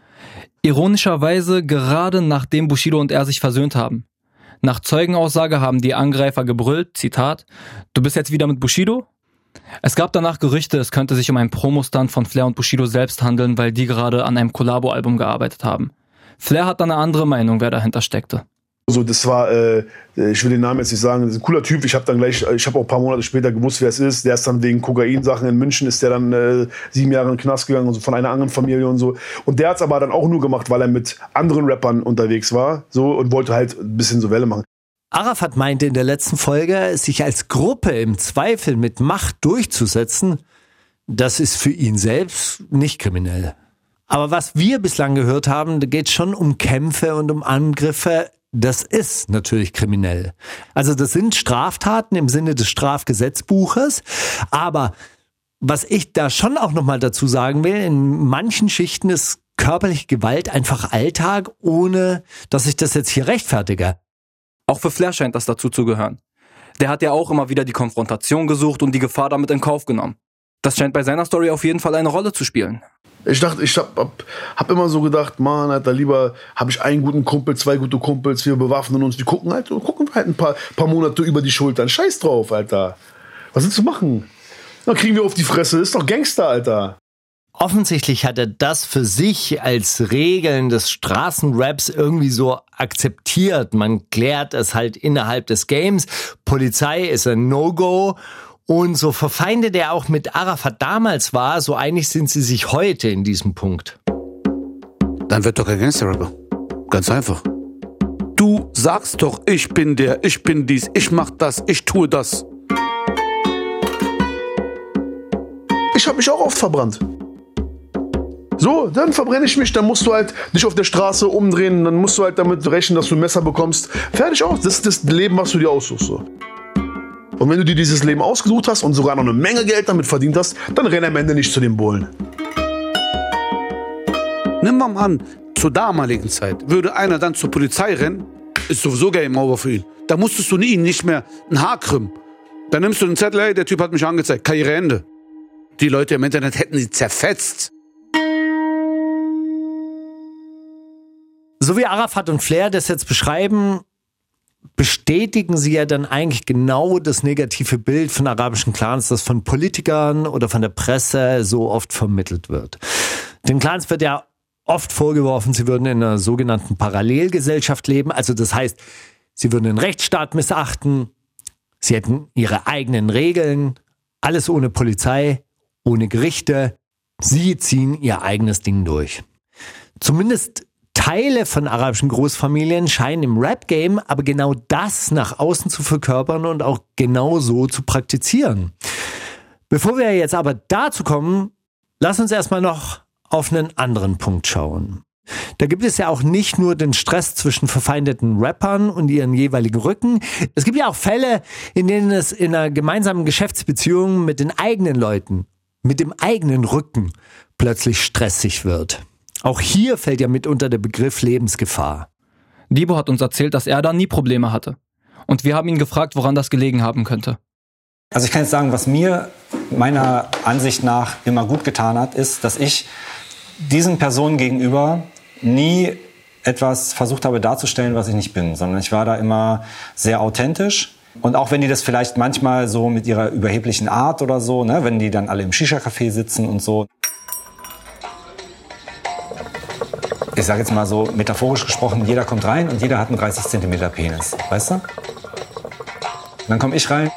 Speaker 4: Ironischerweise gerade nachdem Bushido und er sich versöhnt haben. Nach Zeugenaussage haben die Angreifer gebrüllt, Zitat, du bist jetzt wieder mit Bushido? Es gab danach Gerüchte, es könnte sich um einen Promostunt von Flair und Bushido selbst handeln, weil die gerade an einem Collabo-Album gearbeitet haben. Flair hat dann eine andere Meinung, wer dahinter steckte.
Speaker 6: So, das war, ich will den Namen jetzt nicht sagen, das ist ein cooler Typ. Ich habe auch ein paar Monate später gewusst, wer es ist. Der ist dann wegen Kokain-Sachen in München, ist der dann 7 Jahre in den Knast gegangen und so, von einer anderen Familie und so. Und der hat es aber dann auch nur gemacht, weil er mit anderen Rappern unterwegs war, so, und wollte halt ein bisschen so Welle machen.
Speaker 5: Arafat meinte in der letzten Folge, sich als Gruppe im Zweifel mit Macht durchzusetzen, das ist für ihn selbst nicht kriminell. Aber was wir bislang gehört haben, da geht es schon um Kämpfe und um Angriffe. Das ist natürlich kriminell. Also das sind Straftaten im Sinne des Strafgesetzbuches. Aber was ich da schon auch nochmal dazu sagen will, in manchen Schichten ist körperliche Gewalt einfach Alltag, ohne dass ich das jetzt hier rechtfertige.
Speaker 4: Auch für Flair scheint das dazu zu gehören. Der hat ja auch immer wieder die Konfrontation gesucht und die Gefahr damit in Kauf genommen. Das scheint bei seiner Story auf jeden Fall eine Rolle zu spielen.
Speaker 6: Ich hab immer so gedacht, man, Alter, lieber habe ich einen guten Kumpel, 2 gute Kumpels, wir bewaffnen uns, wir gucken halt ein paar Monate über die Schultern. Scheiß drauf, Alter. Was willst du machen? Dann kriegen wir auf die Fresse, ist doch Gangster, Alter.
Speaker 5: Offensichtlich hat er das für sich als Regeln des Straßenraps irgendwie so akzeptiert. Man klärt es halt innerhalb des Games. Polizei ist ein No-Go. Und so verfeindet er auch mit Arafat damals war, so einig sind sie sich heute in diesem Punkt.
Speaker 2: Dann wird doch kein Gangster-Rapper. Ganz einfach. Du sagst doch, ich bin der, ich bin dies, ich mach das, ich tue das.
Speaker 6: Ich hab mich auch oft verbrannt. So, dann verbrenne ich mich, dann musst du halt dich auf der Straße umdrehen, dann musst du halt damit rechnen, dass du ein Messer bekommst. Fertig aus, das ist das Leben, was du dir aussuchst. So. Und wenn du dir dieses Leben ausgesucht hast und sogar noch eine Menge Geld damit verdient hast, dann renn am Ende nicht zu den Bullen.
Speaker 2: Nimm mal an, zur damaligen Zeit würde einer dann zur Polizei rennen, ist sowieso Game Over für ihn. Da musstest du ihn nicht mehr ein Haar krümmen. Dann nimmst du den Zettel, hey, der Typ hat mich angezeigt, Karriereende. Die Leute im Internet hätten sie zerfetzt.
Speaker 5: So wie Arafat und Flair das jetzt beschreiben, bestätigen sie ja dann eigentlich genau das negative Bild von arabischen Clans, das von Politikern oder von der Presse so oft vermittelt wird. Den Clans wird ja oft vorgeworfen, sie würden in einer sogenannten Parallelgesellschaft leben. Also das heißt, sie würden den Rechtsstaat missachten, sie hätten ihre eigenen Regeln, alles ohne Polizei, ohne Gerichte. Sie ziehen ihr eigenes Ding durch. Zumindest Teile von arabischen Großfamilien scheinen im Rap-Game aber genau das nach außen zu verkörpern und auch genau so zu praktizieren. Bevor wir jetzt aber dazu kommen, lass uns erstmal noch auf einen anderen Punkt schauen. Da gibt es ja auch nicht nur den Stress zwischen verfeindeten Rappern und ihren jeweiligen Rücken. Es gibt ja auch Fälle, in denen es in einer gemeinsamen Geschäftsbeziehung mit den eigenen Leuten, mit dem eigenen Rücken plötzlich stressig wird. Auch hier fällt ja mitunter der Begriff Lebensgefahr.
Speaker 4: Debo hat uns erzählt, dass er da nie Probleme hatte. Und wir haben ihn gefragt, woran das gelegen haben könnte.
Speaker 1: Also ich kann jetzt sagen, was mir meiner Ansicht nach immer gut getan hat, ist, dass ich diesen Personen gegenüber nie etwas versucht habe darzustellen, was ich nicht bin, sondern ich war da immer sehr authentisch. Und auch wenn die das vielleicht manchmal so mit ihrer überheblichen Art oder so, ne, wenn die dann alle im Shisha-Café sitzen und so. Ich sage jetzt mal so metaphorisch gesprochen, jeder kommt rein und jeder hat einen 30 cm Penis, weißt du? Und dann komme ich rein,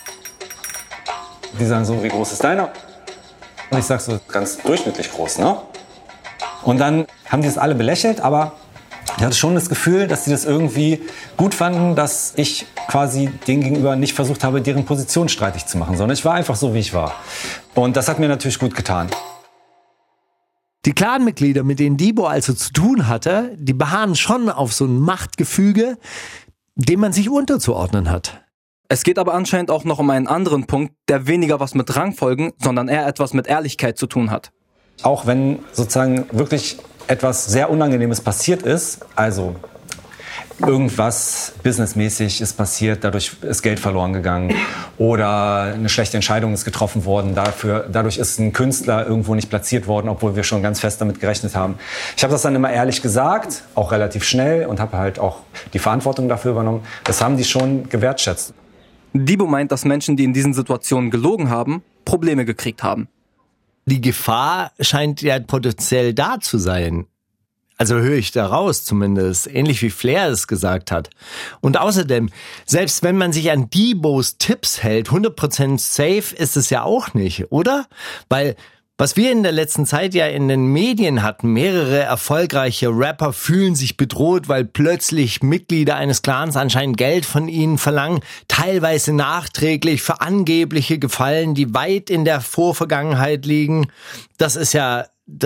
Speaker 1: die sagen so, wie groß ist deiner? Und ich sage so, ganz durchschnittlich groß, ne? Und dann haben die es alle belächelt, aber ich hatte schon das Gefühl, dass sie das irgendwie gut fanden, dass ich quasi denen gegenüber nicht versucht habe, deren Position streitig zu machen, sondern ich war einfach so, wie ich war. Und das hat mir natürlich gut getan.
Speaker 5: Die Clanmitglieder, mit denen Debo also zu tun hatte, die beharren schon auf so ein Machtgefüge, dem man sich unterzuordnen hat.
Speaker 4: Es geht aber anscheinend auch noch um einen anderen Punkt, der weniger was mit Rangfolgen, sondern eher etwas mit Ehrlichkeit zu tun hat.
Speaker 1: Auch wenn sozusagen wirklich etwas sehr Unangenehmes passiert ist, also irgendwas businessmäßig ist passiert, dadurch ist Geld verloren gegangen oder eine schlechte Entscheidung ist getroffen worden, dadurch ist ein Künstler irgendwo nicht platziert worden, obwohl wir schon ganz fest damit gerechnet haben. Ich habe das dann immer ehrlich gesagt, auch relativ schnell und habe halt auch die Verantwortung dafür übernommen. Das haben die schon gewertschätzt.
Speaker 4: Debo meint, dass Menschen, die in diesen Situationen gelogen haben, Probleme gekriegt haben.
Speaker 5: Die Gefahr scheint ja potenziell da zu sein. Also höre ich daraus zumindest, ähnlich wie Flair es gesagt hat. Und außerdem, selbst wenn man sich an Debos Tipps hält, 100% safe ist es ja auch nicht, oder? Weil was wir in der letzten Zeit ja in den Medien hatten, mehrere erfolgreiche Rapper fühlen sich bedroht, weil plötzlich Mitglieder eines Clans anscheinend Geld von ihnen verlangen, teilweise nachträglich für angebliche Gefallen, die weit in der Vorvergangenheit liegen. Das ist ja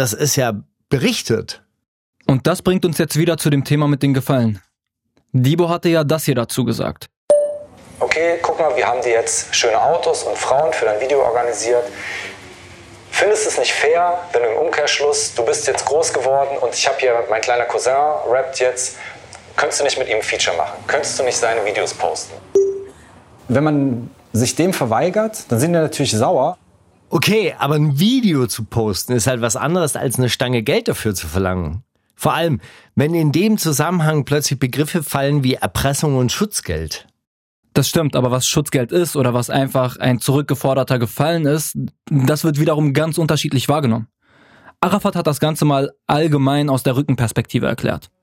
Speaker 5: berichtet.
Speaker 4: Und das bringt uns jetzt wieder zu dem Thema mit den Gefallen. Debo hatte ja das hier dazu gesagt.
Speaker 1: Okay, guck mal, wir haben dir jetzt schöne Autos und Frauen für dein Video organisiert. Findest du es nicht fair, wenn du im Umkehrschluss, du bist jetzt groß geworden und ich habe hier, mein kleiner Cousin rappt jetzt, könntest du nicht mit ihm ein Feature machen? Könntest du nicht seine Videos posten? Wenn man sich dem verweigert, dann sind die natürlich sauer.
Speaker 5: Okay, aber ein Video zu posten ist halt was anderes, als eine Stange Geld dafür zu verlangen. Vor allem, wenn in dem Zusammenhang plötzlich Begriffe fallen wie Erpressung und Schutzgeld.
Speaker 4: Das stimmt, aber was Schutzgeld ist oder was einfach ein zurückgeforderter Gefallen ist, das wird wiederum ganz unterschiedlich wahrgenommen. Arafat hat das Ganze mal allgemein aus der Rückenperspektive erklärt.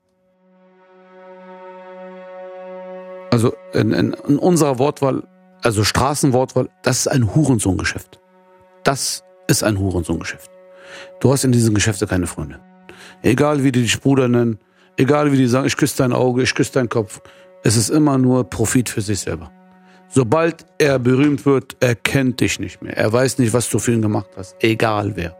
Speaker 2: Also in unserer Wortwahl, also Straßenwortwahl, das ist ein Hurensohngeschäft. Das ist ein Hurensohngeschäft. Du hast in diesen Geschäften keine Freunde. Egal wie die dich Bruder nennen, egal wie die sagen, ich küsse dein Auge, ich küsse deinen Kopf. Es ist immer nur Profit für sich selber. Sobald er berühmt wird, er kennt dich nicht mehr. Er weiß nicht, was du für ihn gemacht hast. Egal wer.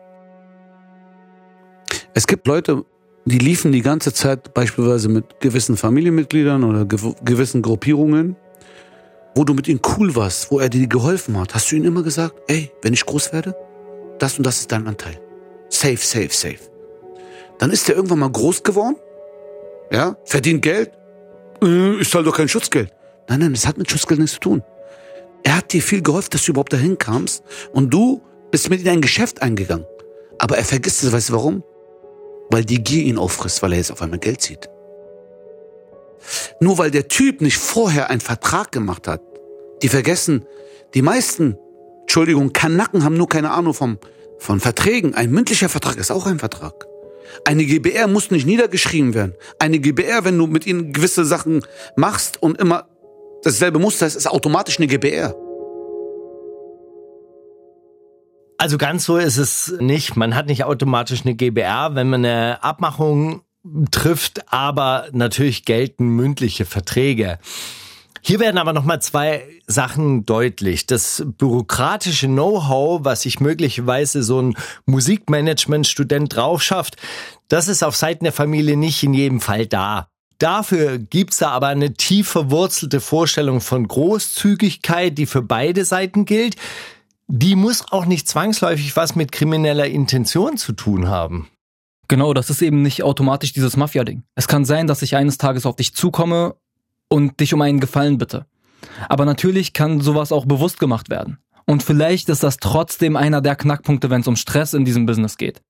Speaker 2: Es gibt Leute, die liefen die ganze Zeit beispielsweise mit gewissen Familienmitgliedern oder gewissen Gruppierungen, wo du mit ihm cool warst, wo er dir geholfen hat. Hast du ihm immer gesagt, ey, wenn ich groß werde, das und das ist dein Anteil. Safe, safe, safe. Dann ist er irgendwann mal groß geworden, ja, verdient Geld, ich zahle doch kein Schutzgeld. Nein, das hat mit Schutzgeld nichts zu tun. Er hat dir viel geholfen, dass du überhaupt dahin kamst und du bist mit in ein Geschäft eingegangen. Aber er vergisst es, weißt du warum? Weil die Gier ihn auffrisst, weil er jetzt auf einmal Geld sieht. Nur weil der Typ nicht vorher einen Vertrag gemacht hat. Die vergessen, die meisten, Kanaken haben nur keine Ahnung von Verträgen. Ein mündlicher Vertrag ist auch ein Vertrag. Eine GbR muss nicht niedergeschrieben werden. Eine GbR, wenn du mit ihnen gewisse Sachen machst und immer dasselbe Muster ist automatisch eine GbR.
Speaker 5: Also ganz so ist es nicht. Man hat nicht automatisch eine GbR, wenn man eine Abmachung trifft, aber natürlich gelten mündliche Verträge. Hier werden aber nochmal zwei Sachen deutlich. Das bürokratische Know-how, was sich möglicherweise so ein Musikmanagement-Student drauf schafft, das ist auf Seiten der Familie nicht in jedem Fall da. Dafür gibt's da aber eine tief verwurzelte Vorstellung von Großzügigkeit, die für beide Seiten gilt. Die muss auch nicht zwangsläufig was mit krimineller Intention zu tun haben.
Speaker 4: Genau, das ist eben nicht automatisch dieses Mafia-Ding. Es kann sein, dass ich eines Tages auf dich zukomme und dich um einen Gefallen bitte. Aber natürlich kann sowas auch bewusst gemacht werden. Und vielleicht ist das trotzdem einer der Knackpunkte, wenn es um Stress in diesem Business geht.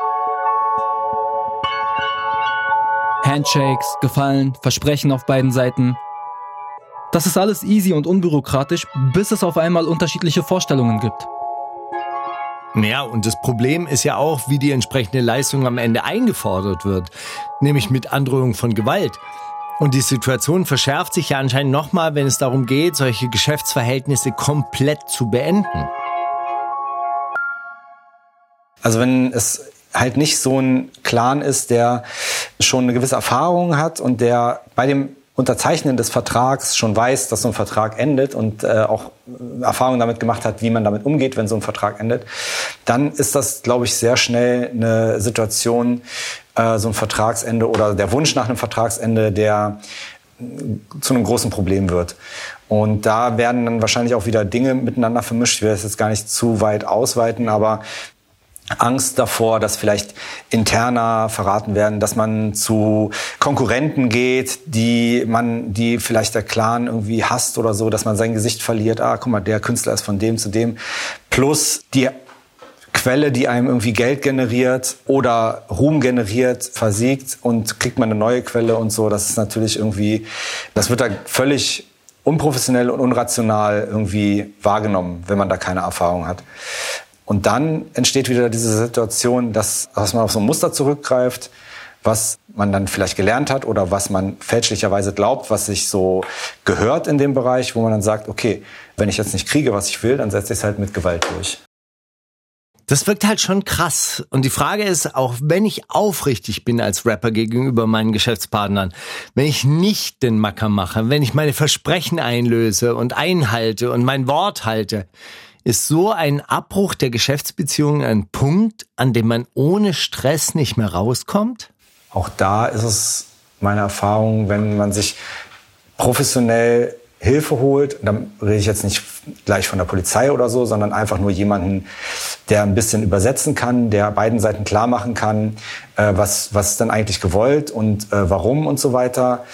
Speaker 4: Handshakes, Gefallen, Versprechen auf beiden Seiten. Das ist alles easy und unbürokratisch, bis es auf einmal unterschiedliche Vorstellungen gibt.
Speaker 5: Ja, und das Problem ist ja auch, wie die entsprechende Leistung am Ende eingefordert wird. Nämlich mit Androhung von Gewalt. Und die Situation verschärft sich ja anscheinend nochmal, wenn es darum geht, solche Geschäftsverhältnisse komplett zu beenden.
Speaker 1: Also wenn es halt nicht so ein Clan ist, der schon eine gewisse Erfahrung hat und der bei dem Unterzeichnen des Vertrags schon weiß, dass so ein Vertrag endet und auch Erfahrungen damit gemacht hat, wie man damit umgeht, wenn so ein Vertrag endet, dann ist das, glaube ich, sehr schnell eine Situation, so ein Vertragsende oder der Wunsch nach einem Vertragsende, der zu einem großen Problem wird. Und da werden dann wahrscheinlich auch wieder Dinge miteinander vermischt. Ich will das jetzt gar nicht zu weit ausweiten, aber Angst davor, dass vielleicht interner verraten werden, dass man zu Konkurrenten geht, die vielleicht der Clan irgendwie hasst oder so, dass man sein Gesicht verliert. Guck mal, der Künstler ist von dem zu dem. Plus die Quelle, die einem irgendwie Geld generiert oder Ruhm generiert, versiegt und kriegt man eine neue Quelle und so. Das ist natürlich irgendwie, das wird da völlig unprofessionell und unrational irgendwie wahrgenommen, wenn man da keine Erfahrung hat. Und dann entsteht wieder diese Situation, dass man auf so ein Muster zurückgreift, was man dann vielleicht gelernt hat oder was man fälschlicherweise glaubt, was sich so gehört in dem Bereich, wo man dann sagt, okay, wenn ich jetzt nicht kriege, was ich will, dann setze ich es halt mit Gewalt durch.
Speaker 5: Das wirkt halt schon krass. Und die Frage ist, auch wenn ich aufrichtig bin als Rapper gegenüber meinen Geschäftspartnern, wenn ich nicht den Macker mache, wenn ich meine Versprechen einlöse und einhalte und mein Wort halte, ist so ein Abbruch der Geschäftsbeziehungen ein Punkt, an dem man ohne Stress nicht mehr rauskommt?
Speaker 1: Auch da ist es meine Erfahrung, wenn man sich professionell Hilfe holt, dann rede ich jetzt nicht gleich von der Polizei oder so, sondern einfach nur jemanden, der ein bisschen übersetzen kann, der beiden Seiten klar machen kann, was ist denn eigentlich gewollt und warum und so weiter,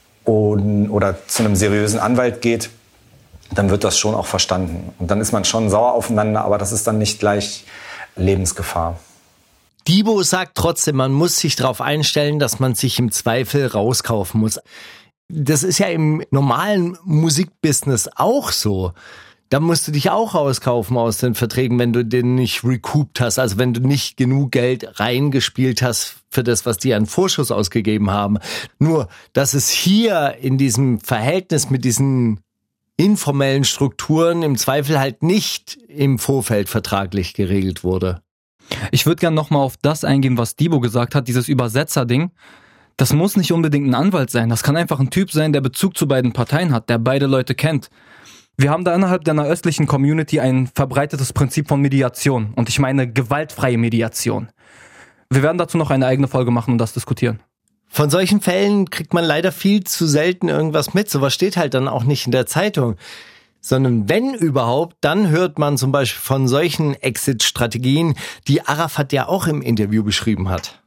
Speaker 1: oder zu einem seriösen Anwalt geht, dann wird das schon auch verstanden. Und dann ist man schon sauer aufeinander, aber das ist dann nicht gleich Lebensgefahr.
Speaker 5: Debo sagt trotzdem, man muss sich darauf einstellen, dass man sich im Zweifel rauskaufen muss. Das ist ja im normalen Musikbusiness auch so. Da musst du dich auch rauskaufen aus den Verträgen, wenn du den nicht recouped hast. Also wenn du nicht genug Geld reingespielt hast für das, was die an Vorschuss ausgegeben haben. Nur, dass es hier in diesem Verhältnis mit diesen informellen Strukturen im Zweifel halt nicht im Vorfeld vertraglich geregelt wurde.
Speaker 4: Ich würde gerne nochmal auf das eingehen, was Debo gesagt hat, dieses Übersetzer-Ding. Das muss nicht unbedingt ein Anwalt sein. Das kann einfach ein Typ sein, der Bezug zu beiden Parteien hat, der beide Leute kennt. Wir haben da innerhalb der nahöstlichen Community ein verbreitetes Prinzip von Mediation. Und ich meine gewaltfreie Mediation. Wir werden dazu noch eine eigene Folge machen und das diskutieren.
Speaker 5: Von solchen Fällen kriegt man leider viel zu selten irgendwas mit. Sowas steht halt dann auch nicht in der Zeitung. Sondern wenn überhaupt, dann hört man zum Beispiel von solchen Exit-Strategien, die Arafat ja auch im Interview beschrieben hat.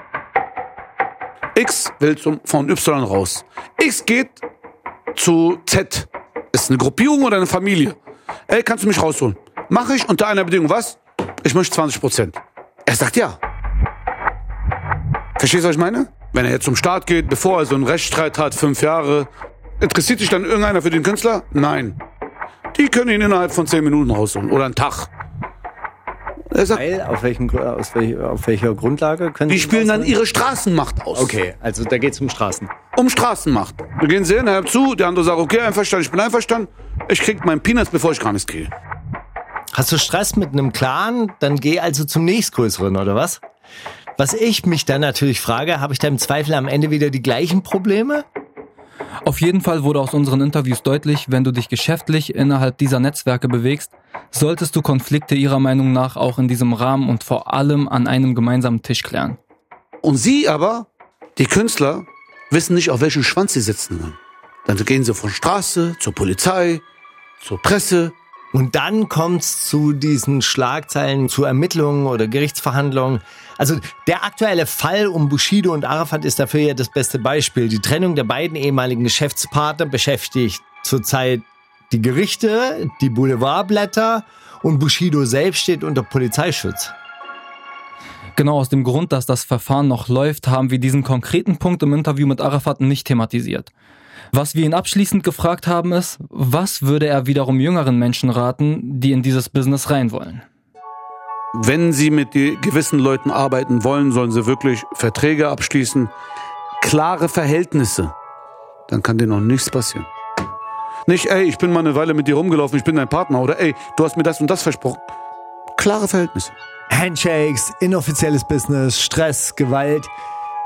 Speaker 2: X will von Y raus. X geht zu Z. Ist eine Gruppierung oder eine Familie? Ey, kannst du mich rausholen? Mach ich unter einer Bedingung. Was? Ich möchte 20%. Er sagt ja. Verstehst du, was ich meine? Wenn er jetzt zum Staat geht, bevor er so einen Rechtsstreit hat, 5 Jahre, interessiert sich dann irgendeiner für den Künstler? Nein. Die können ihn innerhalb von 10 Minuten rausholen. Oder einen Tag. Er sagt,
Speaker 5: Auf welcher Grundlage können
Speaker 2: die spielen dann ihre Straßenmacht aus.
Speaker 5: Okay, also da geht's um Straßen.
Speaker 2: Um Straßenmacht. Wir gehen sehen, er hört zu, der andere sagt, okay, einverstanden, ich bin einverstanden. Ich krieg meinen Peanuts, bevor ich gar nichts kriege.
Speaker 5: Hast du Stress mit einem Clan, dann geh also zum nächstgrößeren, oder was? Was ich mich dann natürlich frage, habe ich da im Zweifel am Ende wieder die gleichen Probleme?
Speaker 4: Auf jeden Fall wurde aus unseren Interviews deutlich, wenn du dich geschäftlich innerhalb dieser Netzwerke bewegst, solltest du Konflikte ihrer Meinung nach auch in diesem Rahmen und vor allem an einem gemeinsamen Tisch klären.
Speaker 2: Und sie aber, die Künstler, wissen nicht, auf welchen Schwanz sie sitzen. Dann gehen sie von Straße zur Polizei, zur Presse.
Speaker 5: Und dann kommt's zu diesen Schlagzeilen, zu Ermittlungen oder Gerichtsverhandlungen. Also der aktuelle Fall um Bushido und Arafat ist dafür ja das beste Beispiel. Die Trennung der beiden ehemaligen Geschäftspartner beschäftigt zurzeit die Gerichte, die Boulevardblätter und Bushido selbst steht unter Polizeischutz.
Speaker 4: Genau aus dem Grund, dass das Verfahren noch läuft, haben wir diesen konkreten Punkt im Interview mit Arafat nicht thematisiert. Was wir ihn abschließend gefragt haben ist, was würde er wiederum jüngeren Menschen raten, die in dieses Business rein wollen?
Speaker 2: Wenn sie mit gewissen Leuten arbeiten wollen, sollen sie wirklich Verträge abschließen, klare Verhältnisse. Dann kann denen noch nichts passieren. Nicht, ey, ich bin mal eine Weile mit dir rumgelaufen, ich bin dein Partner. Oder ey, du hast mir das und das versprochen. Klare Verhältnisse.
Speaker 5: Handshakes, inoffizielles Business, Stress, Gewalt.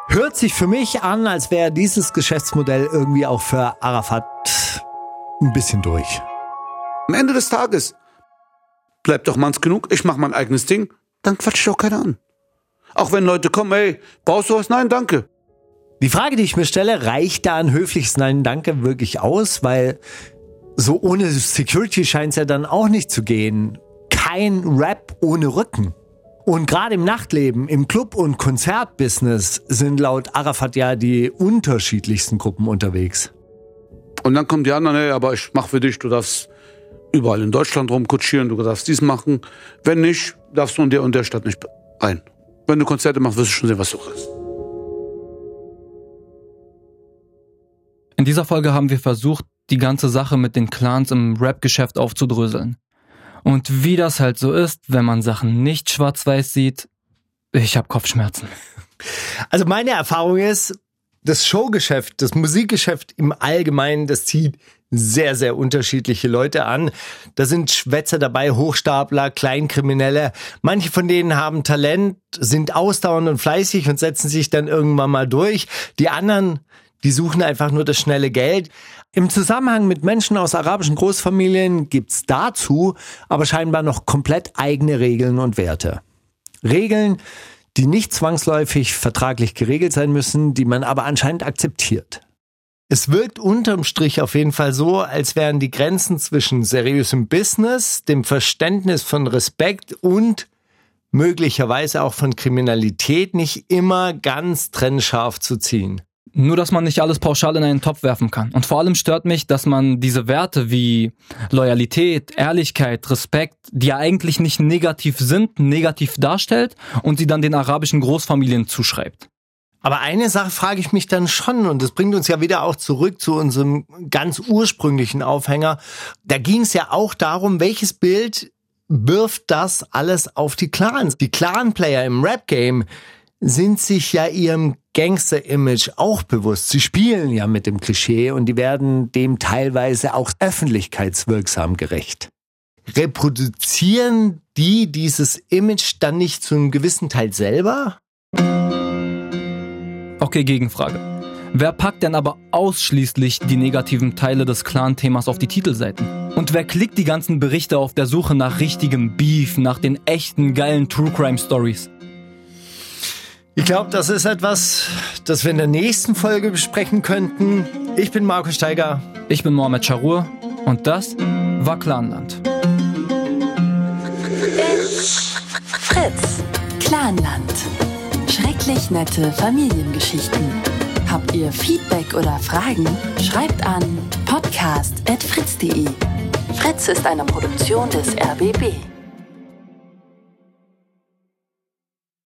Speaker 5: Hört sich für mich an, als wäre dieses Geschäftsmodell irgendwie auch für Arafat ein bisschen durch.
Speaker 2: Am Ende des Tages bleibt doch manns genug, ich mache mein eigenes Ding, dann quatscht doch keiner an. Auch wenn Leute kommen, ey, brauchst du was? Nein, danke.
Speaker 5: Die Frage, die ich mir stelle, reicht da ein höfliches Nein, danke wirklich aus? Weil so ohne Security scheint es ja dann auch nicht zu gehen. Kein Rap ohne Rücken. Und gerade im Nachtleben, im Club- und Konzertbusiness sind laut Arafat ja die unterschiedlichsten Gruppen unterwegs.
Speaker 2: Und dann kommen die anderen, ey, aber ich mach für dich, du darfst überall in Deutschland rumkutschieren, du darfst dies machen. Wenn nicht, darfst du in der und der Stadt nicht rein. Wenn du Konzerte machst, wirst du schon sehen, was du kriegst.
Speaker 4: In dieser Folge haben wir versucht, die ganze Sache mit den Clans im Rap-Geschäft aufzudröseln. Und wie das halt so ist, wenn man Sachen nicht schwarz-weiß sieht, ich habe Kopfschmerzen.
Speaker 5: Also meine Erfahrung ist, das Showgeschäft, das Musikgeschäft im Allgemeinen, das zieht sehr, sehr unterschiedliche Leute an. Da sind Schwätzer dabei, Hochstapler, Kleinkriminelle. Manche von denen haben Talent, sind ausdauernd und fleißig und setzen sich dann irgendwann mal durch. Die anderen, die suchen einfach nur das schnelle Geld. Im Zusammenhang mit Menschen aus arabischen Großfamilien gibt's dazu aber scheinbar noch komplett eigene Regeln und Werte. Regeln, die nicht zwangsläufig vertraglich geregelt sein müssen, die man aber anscheinend akzeptiert. Es wirkt unterm Strich auf jeden Fall so, als wären die Grenzen zwischen seriösem Business, dem Verständnis von Respekt und möglicherweise auch von Kriminalität nicht immer ganz trennscharf zu ziehen.
Speaker 4: Nur, dass man nicht alles pauschal in einen Topf werfen kann. Und vor allem stört mich, dass man diese Werte wie Loyalität, Ehrlichkeit, Respekt, die ja eigentlich nicht negativ sind, negativ darstellt und sie dann den arabischen Großfamilien zuschreibt.
Speaker 5: Aber eine Sache frage ich mich dann schon, und das bringt uns ja wieder auch zurück zu unserem ganz ursprünglichen Aufhänger. Da ging es ja auch darum, welches Bild wirft das alles auf die Clans. Die Clan-Player im Rap-Game sind sich ja ihrem Gangster-Image auch bewusst. Sie spielen ja mit dem Klischee und die werden dem teilweise auch öffentlichkeitswirksam gerecht. Reproduzieren die dieses Image dann nicht zu einem gewissen Teil selber?
Speaker 4: Okay, Gegenfrage. Wer packt denn aber ausschließlich die negativen Teile des Clan-Themas auf die Titelseiten? Und wer klickt die ganzen Berichte auf der Suche nach richtigem Beef, nach den echten, geilen True-Crime-Stories?
Speaker 5: Ich glaube, das ist etwas, das wir in der nächsten Folge besprechen könnten. Ich bin Marco Steiger.
Speaker 4: Ich bin Mohamed Charur und das war Clanland.
Speaker 3: Fritz, Clanland. Schrecklich nette Familiengeschichten. Habt ihr Feedback oder Fragen? Schreibt an podcast@fritz.de. Fritz ist eine Produktion des RBB.